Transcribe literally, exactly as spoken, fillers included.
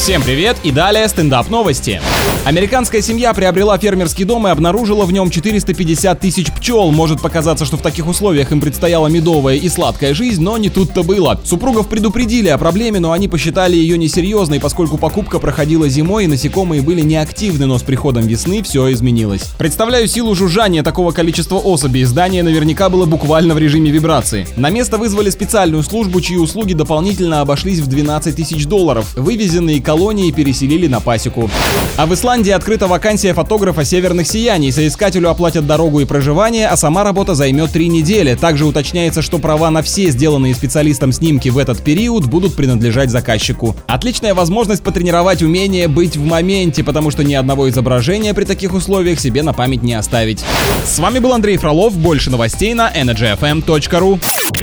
Всем привет и далее стендап новости. Американская семья приобрела фермерский дом и обнаружила в нем четыреста пятьдесят тысяч пчел. Может показаться, что в таких условиях им предстояла медовая и сладкая жизнь, но не тут-то было. Супругов предупредили о проблеме, но они посчитали ее несерьезной, поскольку покупка проходила зимой и насекомые были неактивны, но с приходом весны все изменилось. Представляю силу жужжания такого количества особей. Здание наверняка было буквально в режиме вибрации. На место вызвали специальную службу, чьи услуги дополнительно обошлись в двенадцать тысяч долларов. Вывезенные колонии переселили на пасеку. А в Исландии открыта вакансия фотографа северных сияний. Соискателю оплатят дорогу и проживание, а сама работа займет три недели. Также уточняется, что права на все сделанные специалистом снимки в этот период будут принадлежать заказчику. Отличная возможность потренировать умение быть в моменте, потому что ни одного изображения при таких условиях себе на память не оставить. С вами был Андрей Фролов. Больше новостей на energy эф эм точка ру.